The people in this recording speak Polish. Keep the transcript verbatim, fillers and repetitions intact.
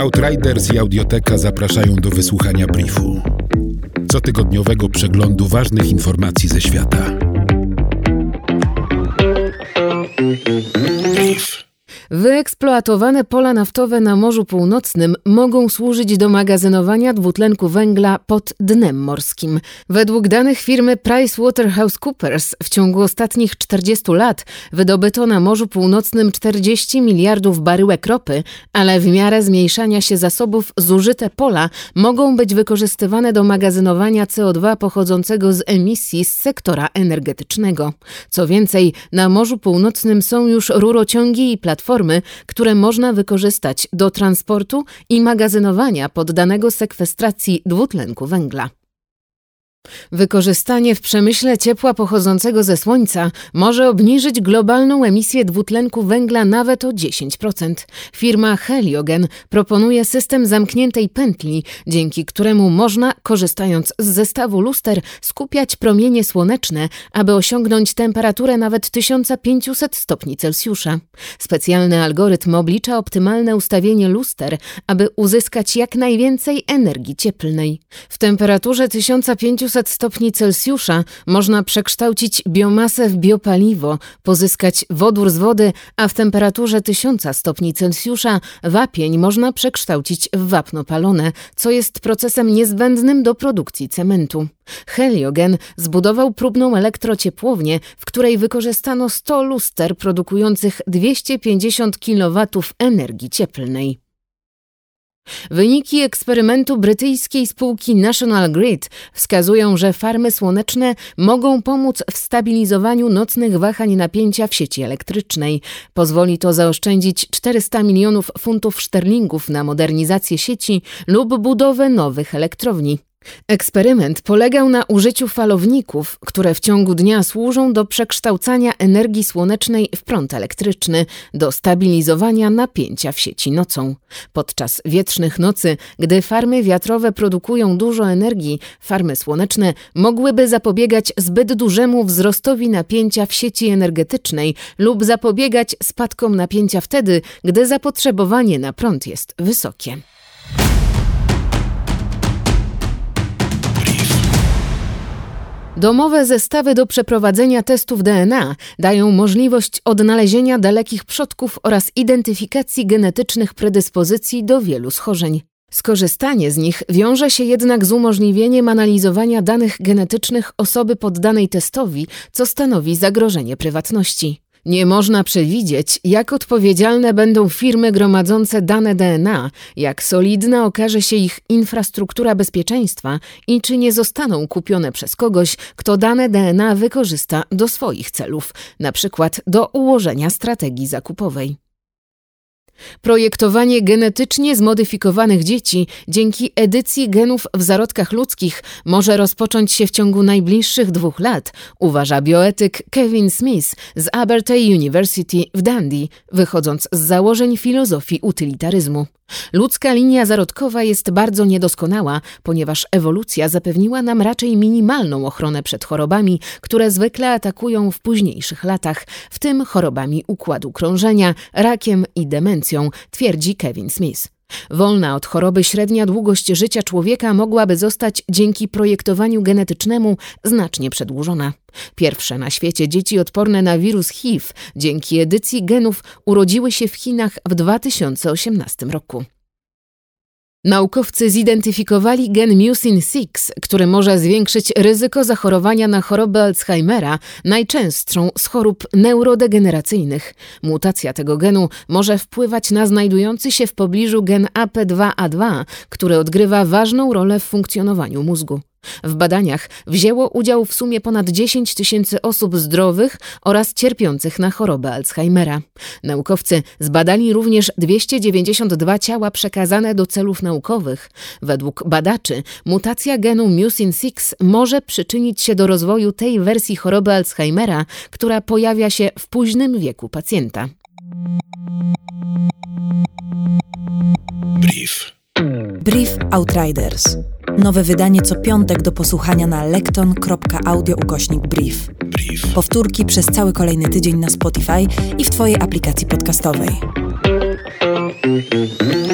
Outriders i Audioteka zapraszają do wysłuchania briefu. Cotygodniowego przeglądu ważnych informacji ze świata. Brief. Wyeksploatowane pola naftowe na Morzu Północnym mogą służyć do magazynowania dwutlenku węgla pod dnem morskim. Według danych firmy PricewaterhouseCoopers w ciągu ostatnich czterdziestu lat wydobyto na Morzu Północnym czterdzieści miliardów baryłek ropy, ale w miarę zmniejszania się zasobów zużyte pola mogą być wykorzystywane do magazynowania C O dwa pochodzącego z emisji z sektora energetycznego. Co więcej, na Morzu Północnym są już rurociągi i platformy, które można wykorzystać do transportu i magazynowania poddanego sekwestracji dwutlenku węgla. Wykorzystanie w przemyśle ciepła pochodzącego ze słońca może obniżyć globalną emisję dwutlenku węgla nawet o dziesięć procent. Firma Heliogen proponuje system zamkniętej pętli, dzięki któremu można, korzystając z zestawu luster, skupiać promienie słoneczne, aby osiągnąć temperaturę nawet tysiąc pięćset stopni Celsjusza. Specjalny algorytm oblicza optymalne ustawienie luster, aby uzyskać jak najwięcej energii cieplnej. W temperaturze tysiąc pięćset stopni Celsjusza można przekształcić biomasę w biopaliwo, pozyskać wodór z wody, a w temperaturze tysiąc stopni Celsjusza wapień można przekształcić w wapno palone, co jest procesem niezbędnym do produkcji cementu. Heliogen zbudował próbną elektrociepłownię, w której wykorzystano sto luster produkujących dwieście pięćdziesiąt kilowatów energii cieplnej. Wyniki eksperymentu brytyjskiej spółki National Grid wskazują, że farmy słoneczne mogą pomóc w stabilizowaniu nocnych wahań napięcia w sieci elektrycznej. Pozwoli to zaoszczędzić czterysta milionów funtów szterlingów na modernizację sieci lub budowę nowych elektrowni. Eksperyment polegał na użyciu falowników, które w ciągu dnia służą do przekształcania energii słonecznej w prąd elektryczny, do stabilizowania napięcia w sieci nocą. Podczas wietrznych nocy, gdy farmy wiatrowe produkują dużo energii, farmy słoneczne mogłyby zapobiegać zbyt dużemu wzrostowi napięcia w sieci energetycznej lub zapobiegać spadkom napięcia wtedy, gdy zapotrzebowanie na prąd jest wysokie. Domowe zestawy do przeprowadzenia testów D N A dają możliwość odnalezienia dalekich przodków oraz identyfikacji genetycznych predyspozycji do wielu schorzeń. Skorzystanie z nich wiąże się jednak z umożliwieniem analizowania danych genetycznych osoby poddanej testowi, co stanowi zagrożenie prywatności. Nie można przewidzieć, jak odpowiedzialne będą firmy gromadzące dane D N A, jak solidna okaże się ich infrastruktura bezpieczeństwa i czy nie zostaną kupione przez kogoś, kto dane D N A wykorzysta do swoich celów, na przykład do ułożenia strategii zakupowej. Projektowanie genetycznie zmodyfikowanych dzieci dzięki edycji genów w zarodkach ludzkich może rozpocząć się w ciągu najbliższych dwóch lat, uważa bioetyk Kevin Smith z Abertay University w Dundee, wychodząc z założeń filozofii utylitaryzmu. Ludzka linia zarodkowa jest bardzo niedoskonała, ponieważ ewolucja zapewniła nam raczej minimalną ochronę przed chorobami, które zwykle atakują w późniejszych latach, w tym chorobami układu krążenia, rakiem i demencją, twierdzi Kevin Smith. Wolna od choroby średnia długość życia człowieka mogłaby zostać dzięki projektowaniu genetycznemu znacznie przedłużona. Pierwsze na świecie dzieci odporne na wirus H I V dzięki edycji genów urodziły się w Chinach w dwa tysiące osiemnastym roku. Naukowcy zidentyfikowali gen mucin six, który może zwiększyć ryzyko zachorowania na chorobę Alzheimera, najczęstszą z chorób neurodegeneracyjnych. Mutacja tego genu może wpływać na znajdujący się w pobliżu gen A P dwa A dwa, który odgrywa ważną rolę w funkcjonowaniu mózgu. W badaniach wzięło udział w sumie ponad dziesięć tysięcy osób zdrowych oraz cierpiących na chorobę Alzheimera. Naukowcy zbadali również dwieście dziewięćdziesiąt dwa ciała przekazane do celów naukowych. Według badaczy mutacja genu mucin six może przyczynić się do rozwoju tej wersji choroby Alzheimera, która pojawia się w późnym wieku pacjenta. Brief. Brief Outriders. Nowe wydanie co piątek do posłuchania na lekton kropka audio ukośnik brief. Brief. Powtórki przez cały kolejny tydzień na Spotify i w Twojej aplikacji podcastowej.